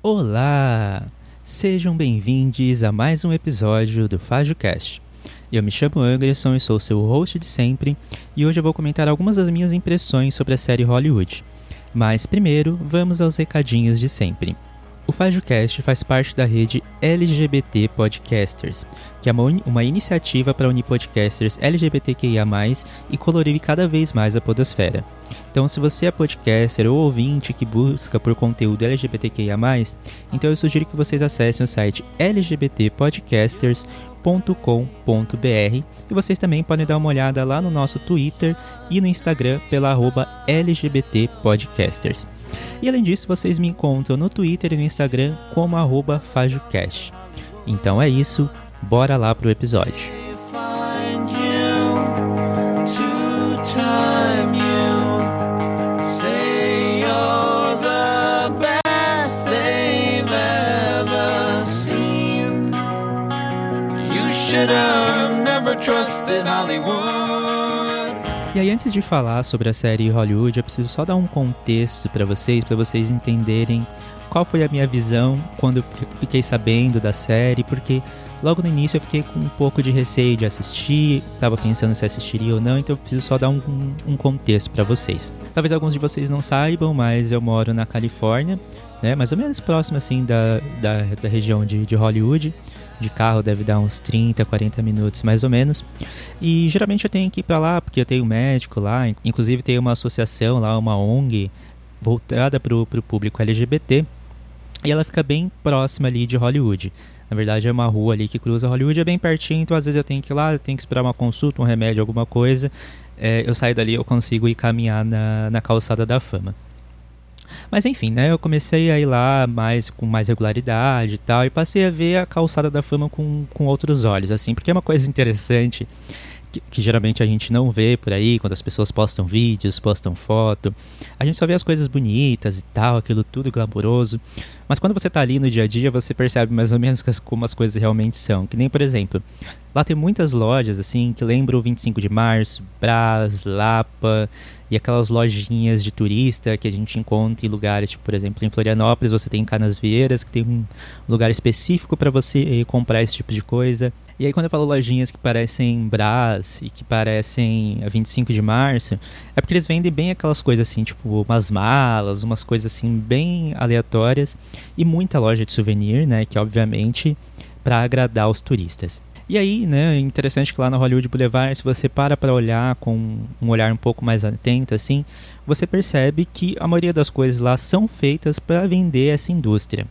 Olá! Sejam bem-vindos a mais um episódio do FajoCast. Eu me chamo Anderson e sou seu host de sempre, e hoje eu vou comentar algumas das minhas impressões sobre a série Hollywood. Mas primeiro, vamos aos recadinhos de sempre. O FajoCast faz parte da rede LGBT Podcasters, que é uma iniciativa para unir podcasters LGBTQIA+, e colorir cada vez mais a podosfera. Então, se você é podcaster ou ouvinte que busca por conteúdo LGBTQIA+, então eu sugiro que vocês acessem o site lgbtpodcasters.com.br e vocês também podem dar uma olhada lá no nosso Twitter e no Instagram pela @LGBTpodcasters. E além disso, vocês me encontram no Twitter e no Instagram como @FajoCast. Então é isso, bora lá pro episódio. E aí, antes de falar sobre a série Hollywood, eu preciso só dar um contexto para vocês entenderem qual foi a minha visão quando eu fiquei sabendo da série, porque logo no início eu fiquei com um pouco de receio de assistir, estava pensando se assistiria ou não, então eu preciso só dar um contexto para vocês. Talvez alguns de vocês não saibam, mas eu moro na Califórnia, né, mais ou menos próximo assim da região de Hollywood. De carro deve dar uns 30, 40 minutos mais ou menos. E geralmente eu tenho que ir pra lá porque eu tenho um médico lá. Inclusive tem uma associação lá, uma ONG voltada pro público LGBT. E ela fica bem próxima ali de Hollywood. Na verdade é uma rua ali que cruza Hollywood, é bem pertinho. Então às vezes eu tenho que ir lá, eu tenho que esperar uma consulta, um remédio, alguma coisa. Eu saio dali, eu consigo ir caminhar na calçada da fama. Mas enfim, né, eu comecei a ir lá com mais regularidade e tal, e passei a ver a calçada da fama com outros olhos, assim, porque é uma coisa interessante que geralmente a gente não vê por aí, quando as pessoas postam vídeos, postam foto. A gente só vê as coisas bonitas e tal, aquilo tudo glamouroso. Mas quando você tá ali no dia a dia, você percebe mais ou menos como as coisas realmente são. Que nem, por exemplo, lá tem muitas lojas, assim, que lembram o 25 de março, Brás, Lapa, e aquelas lojinhas de turista que a gente encontra em lugares, tipo, por exemplo, em Florianópolis, você tem Canasvieiras, que tem um lugar específico para você comprar esse tipo de coisa. E aí quando eu falo lojinhas que parecem Brás e que parecem 25 de março, é porque eles vendem bem aquelas coisas assim, tipo umas malas, umas coisas assim bem aleatórias, e muita loja de souvenir, né, que obviamente para agradar os turistas. E aí, né, é interessante que lá na Hollywood Boulevard, se você para olhar com um olhar um pouco mais atento, assim, você percebe que a maioria das coisas lá são feitas para vender essa indústria.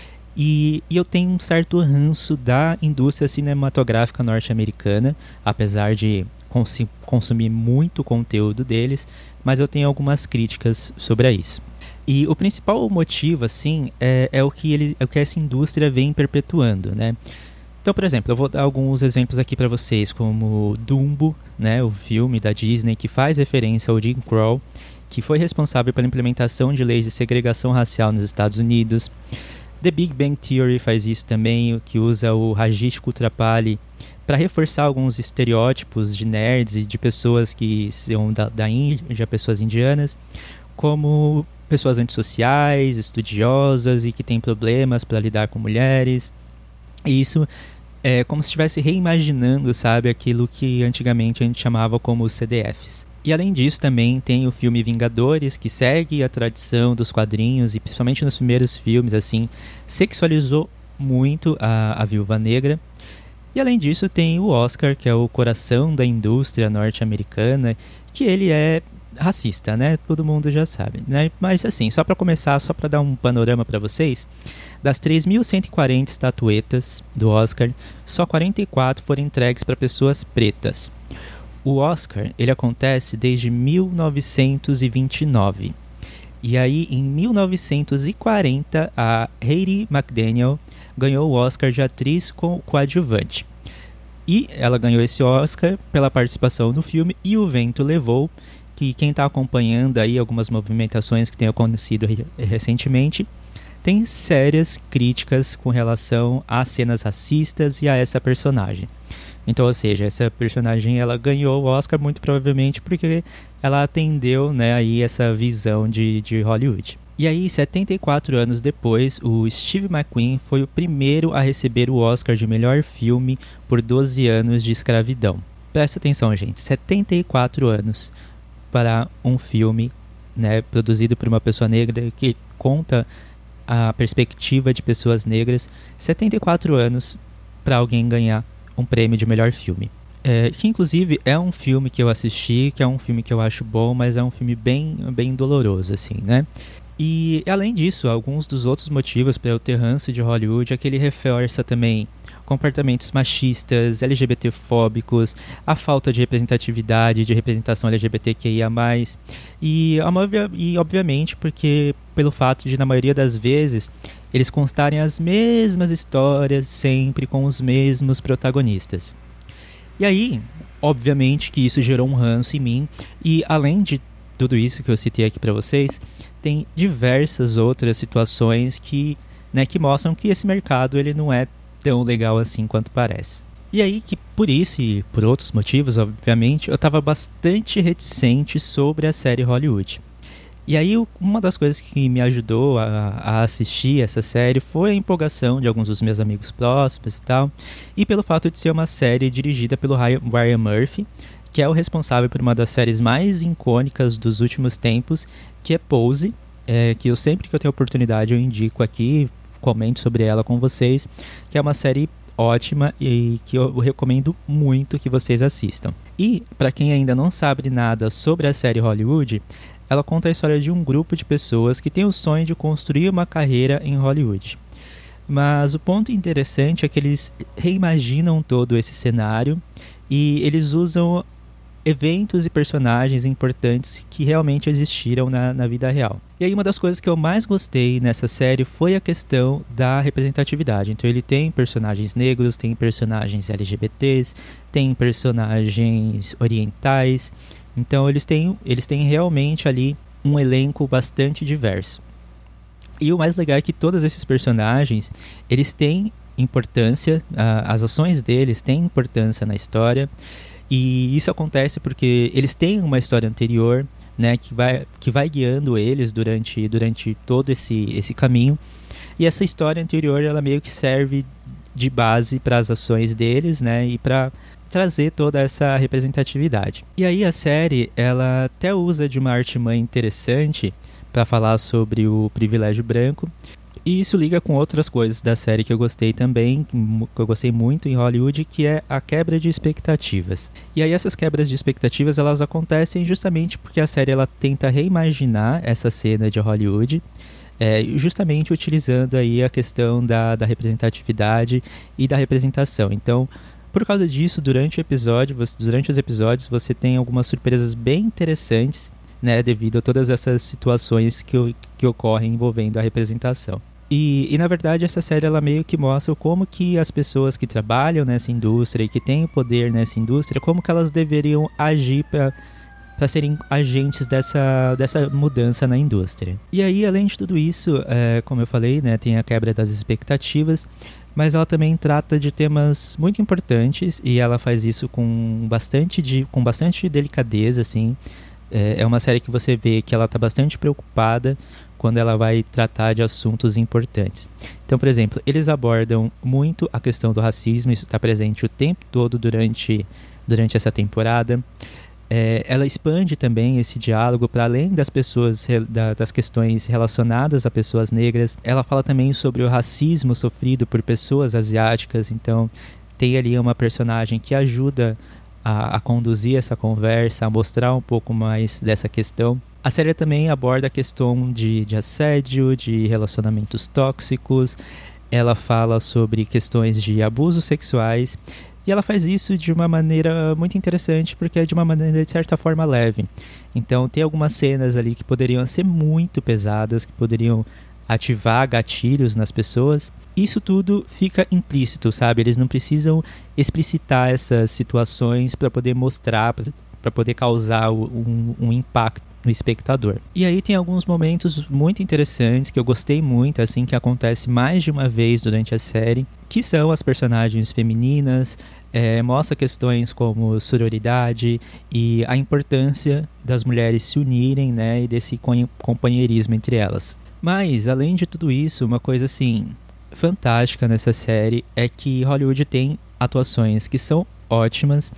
E eu tenho um certo ranço da indústria cinematográfica norte-americana, apesar de consumir muito conteúdo deles, mas eu tenho algumas críticas sobre isso. E o principal motivo, assim, é o que essa indústria vem perpetuando, né? Então, por exemplo, eu vou dar alguns exemplos aqui para vocês, como Dumbo, né, o filme da Disney que faz referência ao Jim Crow, que foi responsável pela implementação de leis de segregação racial nos Estados Unidos. The Big Bang Theory faz isso também, que usa o Rajesh Kutrapali para reforçar alguns estereótipos de nerds e de pessoas que são da Índia, pessoas indianas, como pessoas antissociais, estudiosas e que têm problemas para lidar com mulheres. E isso é como se estivesse reimaginando, sabe, aquilo que antigamente a gente chamava como CDFs. E além disso também tem o filme Vingadores, que segue a tradição dos quadrinhos e principalmente nos primeiros filmes, assim, sexualizou muito a Viúva Negra. E além disso tem o Oscar, que é o coração da indústria norte-americana, que ele é racista, né? Todo mundo já sabe, né? Mas assim, só para começar, só para dar um panorama para vocês, das 3.140 estatuetas do Oscar, só 44 foram entregues para pessoas pretas. O Oscar, ele acontece desde 1929. E aí, em 1940, a Hattie McDaniel ganhou o Oscar de atriz coadjuvante. E ela ganhou esse Oscar pela participação no filme E o Vento Levou, que quem está acompanhando aí algumas movimentações que têm acontecido recentemente, tem sérias críticas com relação às cenas racistas e a essa personagem. Então, ou seja, essa personagem ela ganhou o Oscar muito provavelmente porque ela atendeu, né, aí essa visão de Hollywood. E aí, 74 anos depois, o Steve McQueen foi o primeiro a receber o Oscar de melhor filme por 12 anos de escravidão. Presta atenção, gente, 74 anos para um filme, né, produzido por uma pessoa negra que conta a perspectiva de pessoas negras, 74 anos para alguém ganhar um prêmio de melhor filme. Que inclusive é um filme que eu assisti, que é um filme que eu acho bom, mas é um filme bem doloroso, assim, né? E além disso, alguns dos outros motivos para eu ter ranço de Hollywood é que ele reforça também comportamentos machistas, LGBTfóbicos, a falta de representatividade, de representação LGBTQIA+, e obviamente porque pelo fato de, na maioria das vezes, eles constarem as mesmas histórias sempre com os mesmos protagonistas. E aí, obviamente que isso gerou um ranço em mim, e além de tudo isso que eu citei aqui para vocês, tem diversas outras situações que mostram que esse mercado ele não é tão legal assim quanto parece. E aí que por isso e por outros motivos, obviamente, eu estava bastante reticente sobre a série Hollywood. E aí uma das coisas que me ajudou a assistir essa série foi a empolgação de alguns dos meus amigos próximos e tal, e pelo fato de ser uma série dirigida pelo Ryan Murphy, que é o responsável por uma das séries mais icônicas dos últimos tempos, que é Pose, que eu sempre que eu tenho oportunidade eu indico aqui, comento sobre ela com vocês, que é uma série ótima e que eu recomendo muito que vocês assistam. E, para quem ainda não sabe nada sobre a série Hollywood, ela conta a história de um grupo de pessoas que tem o sonho de construir uma carreira em Hollywood. Mas o ponto interessante é que eles reimaginam todo esse cenário e eles usam eventos e personagens importantes que realmente existiram na vida real. E aí uma das coisas que eu mais gostei nessa série foi a questão da representatividade. Então ele tem personagens negros, tem personagens LGBTs, tem personagens orientais. Então eles têm realmente ali um elenco bastante diverso. E o mais legal é que todos esses personagens, eles têm importância, as ações deles têm importância na história. E isso acontece porque eles têm uma história anterior, né, que vai guiando eles durante todo esse caminho. E essa história anterior, ela meio que serve de base para as ações deles, né, e para trazer toda essa representatividade. E aí a série, ela até usa de uma artimanha interessante para falar sobre o privilégio branco. E isso liga com outras coisas da série que eu gostei também, que eu gostei muito em Hollywood, que é a quebra de expectativas. E aí essas quebras de expectativas, elas acontecem justamente porque a série ela tenta reimaginar essa cena de Hollywood, justamente utilizando aí a questão da representatividade e da representação. Então, por causa disso, durante os episódios, você tem algumas surpresas bem interessantes, né, devido a todas essas situações que ocorrem envolvendo a representação. E na verdade essa série ela meio que mostra como que as pessoas que trabalham nessa indústria e que têm poder nessa indústria, como que elas deveriam agir para serem agentes dessa mudança na indústria. E aí, além de tudo isso, como eu falei, né, tem a quebra das expectativas, mas ela também trata de temas muito importantes e ela faz isso com bastante delicadeza, assim. É uma série que você vê que ela está bastante preocupada quando ela vai tratar de assuntos importantes. Então, por exemplo, eles abordam muito a questão do racismo, isso está presente o tempo todo durante essa temporada. Ela expande também esse diálogo para além das pessoas, das questões relacionadas a pessoas negras. Ela fala também sobre o racismo sofrido por pessoas asiáticas, então tem ali uma personagem que ajuda a conduzir essa conversa, a mostrar um pouco mais dessa questão. A série também aborda a questão de assédio, de relacionamentos tóxicos. Ela fala sobre questões de abusos sexuais. E ela faz isso de uma maneira muito interessante, porque é de uma maneira, de certa forma, leve. Então, tem algumas cenas ali que poderiam ser muito pesadas, que poderiam ativar gatilhos nas pessoas. Isso tudo fica implícito, sabe? Eles não precisam explicitar essas situações para poder mostrar, para poder causar um impacto no espectador. E aí tem alguns momentos muito interessantes que eu gostei muito, assim, que acontece mais de uma vez durante a série, que são as personagens femininas, mostra questões como sororidade e a importância das mulheres se unirem, né, e desse companheirismo entre elas. Mas, além de tudo isso, uma coisa assim fantástica nessa série é que Hollywood tem atuações que são ótimas.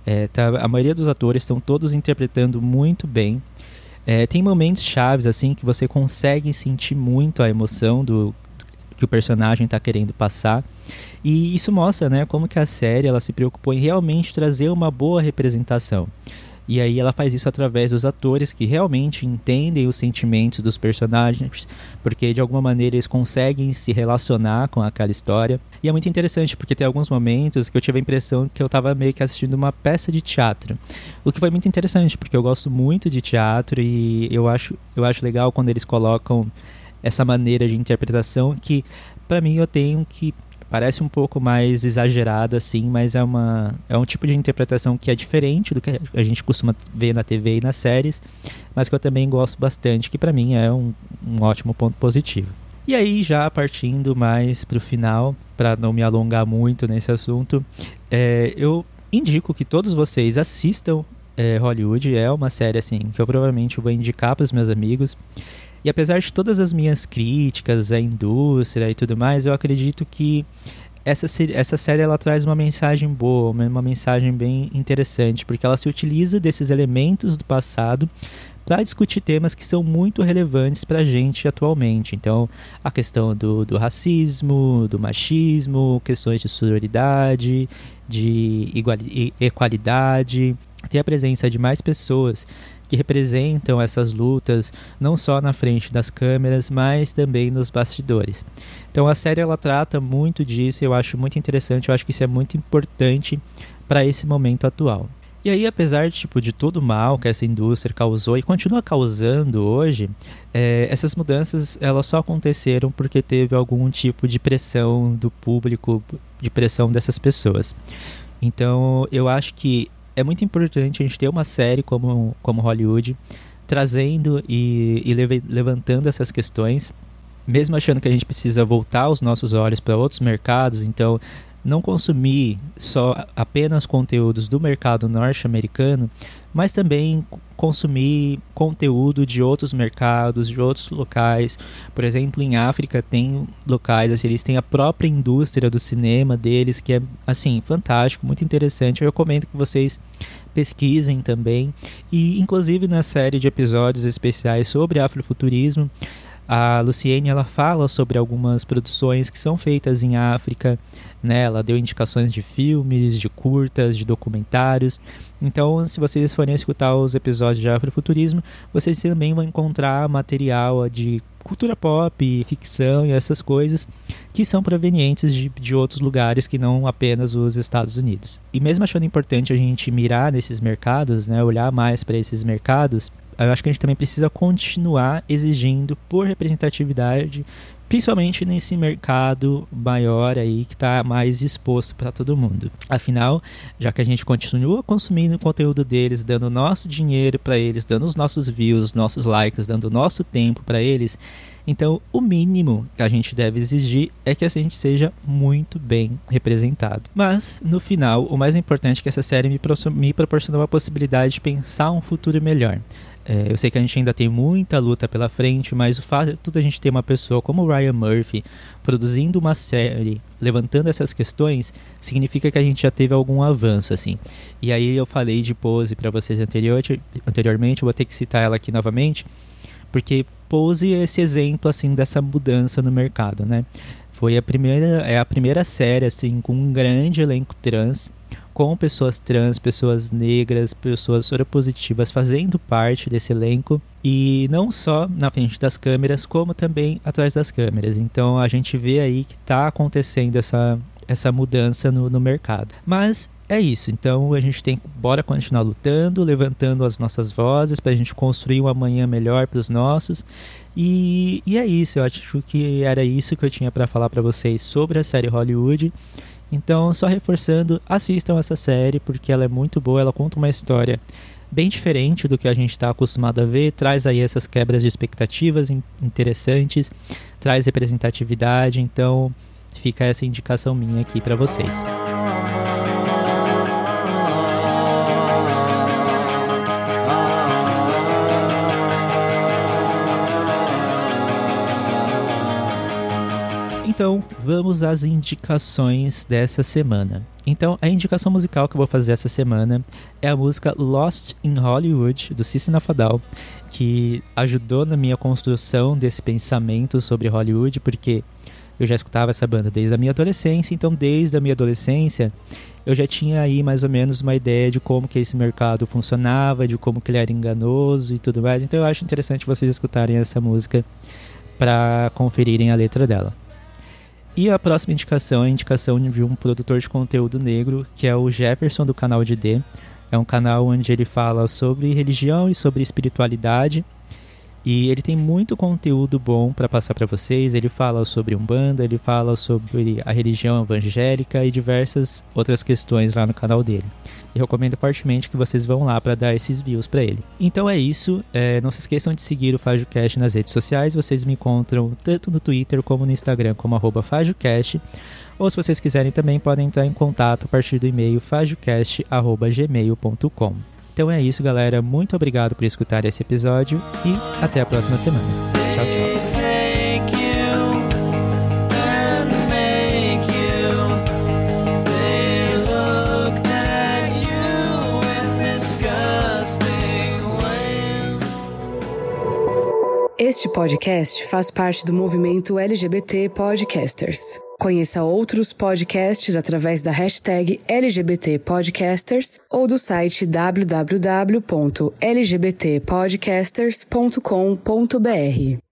A maioria dos atores estão todos interpretando muito bem. Tem momentos chaves assim que você consegue sentir muito a emoção do que o personagem está querendo passar. E isso mostra, né, como que a série ela se preocupou em realmente trazer uma boa representação. E aí ela faz isso através dos atores que realmente entendem os sentimentos dos personagens, porque de alguma maneira eles conseguem se relacionar com aquela história. E é muito interessante, porque tem alguns momentos que eu tive a impressão que eu estava meio que assistindo uma peça de teatro. O que foi muito interessante, porque eu gosto muito de teatro e eu acho legal quando eles colocam essa maneira de interpretação que, para mim, eu tenho que parece um pouco mais exagerada, assim, mas é um tipo de interpretação que é diferente do que a gente costuma ver na TV e nas séries, mas que eu também gosto bastante, que para mim é um ótimo ponto positivo. E aí, já partindo mais pro final, para não me alongar muito nesse assunto, eu indico que todos vocês assistam Hollywood. É uma série assim que eu provavelmente vou indicar para os meus amigos. E apesar de todas as minhas críticas à indústria e tudo mais, eu acredito que essa série ela traz uma mensagem boa, uma mensagem bem interessante, porque ela se utiliza desses elementos do passado para discutir temas que são muito relevantes para a gente atualmente. Então, a questão do racismo, do machismo, questões de sororidade, de equalidade, ter a presença de mais pessoas que representam essas lutas, não só na frente das câmeras, mas também nos bastidores. Então a série ela trata muito disso, eu acho muito interessante, eu acho que isso é muito importante para esse momento atual. E aí, apesar de todo o mal que essa indústria causou e continua causando hoje, essas mudanças elas só aconteceram porque teve algum tipo de pressão do público, de pressão dessas pessoas. Então eu acho que é muito importante a gente ter uma série como Hollywood, trazendo e levantando essas questões, mesmo achando que a gente precisa voltar os nossos olhos para outros mercados. Então, não consumir só apenas conteúdos do mercado norte-americano, mas também consumir conteúdo de outros mercados, de outros locais. Por exemplo, em África tem locais, assim, eles têm a própria indústria do cinema deles, que é, assim, fantástico, muito interessante. Eu recomendo que vocês pesquisem também. E, inclusive, na série de episódios especiais sobre afrofuturismo, a Luciene ela fala sobre algumas produções que são feitas em África, né? Ela deu indicações de filmes, de curtas, de documentários. Então, se vocês forem escutar os episódios de afrofuturismo, vocês também vão encontrar material de cultura pop, ficção e essas coisas que são provenientes de outros lugares que não apenas os Estados Unidos. E mesmo achando importante a gente mirar nesses mercados, né? Olhar mais para esses mercados, eu acho que a gente também precisa continuar exigindo por representatividade, principalmente nesse mercado maior aí que está mais exposto para todo mundo. Afinal, já que a gente continua consumindo o conteúdo deles, dando nosso dinheiro para eles, dando os nossos views, nossos likes, dando o nosso tempo para eles, então o mínimo que a gente deve exigir é que a gente seja muito bem representado. Mas, no final, o mais importante é que essa série me proporcionou a possibilidade de pensar um futuro melhor. Eu sei que a gente ainda tem muita luta pela frente, mas o fato de a gente ter uma pessoa como o Ryan Murphy produzindo uma série, levantando essas questões, significa que a gente já teve algum avanço, assim. E aí eu falei de Pose para vocês anteriormente, eu vou ter que citar ela aqui novamente, porque Pose é esse exemplo, assim, dessa mudança no mercado, né? Foi a primeira série, assim, com um grande elenco trans, com pessoas trans, pessoas negras, pessoas soropositivas fazendo parte desse elenco, e não só na frente das câmeras, como também atrás das câmeras. Então a gente vê aí que está acontecendo essa mudança no mercado. Mas é isso, então a gente bora continuar lutando, levantando as nossas vozes para a gente construir um amanhã melhor para os nossos. E é isso, eu acho que era isso que eu tinha para falar para vocês sobre a série Hollywood. Então, só reforçando, assistam essa série porque ela é muito boa, ela conta uma história bem diferente do que a gente está acostumado a ver, traz aí essas quebras de expectativas interessantes, traz representatividade, então fica essa indicação minha aqui para vocês. Então, vamos às indicações dessa semana. Então, a indicação musical que eu vou fazer essa semana é a música Lost in Hollywood, do System of a Down, que ajudou na minha construção desse pensamento sobre Hollywood, porque eu já escutava essa banda desde a minha adolescência, então desde a minha adolescência eu já tinha aí mais ou menos uma ideia de como que esse mercado funcionava, de como que ele era enganoso e tudo mais, então eu acho interessante vocês escutarem essa música para conferirem a letra dela. E a próxima indicação é a indicação de um produtor de conteúdo negro, que é o Jefferson, do canal de D. É um canal onde ele fala sobre religião e sobre espiritualidade. E ele tem muito conteúdo bom para passar para vocês. Ele fala sobre Umbanda, ele fala sobre a religião evangélica e diversas outras questões lá no canal dele. Eu recomendo fortemente que vocês vão lá para dar esses views para ele. Então é isso. Não se esqueçam de seguir o FajoCast nas redes sociais. Vocês me encontram tanto no Twitter como no Instagram como @FajoCast. Ou se vocês quiserem também podem entrar em contato a partir do e-mail fajocast@gmail.com. Então é isso, galera. Muito obrigado por escutar esse episódio e até a próxima semana. Tchau, tchau. Este podcast faz parte do movimento LGBT Podcasters. Conheça outros podcasts através da hashtag LGBT Podcasters ou do site www.lgbtpodcasters.com.br.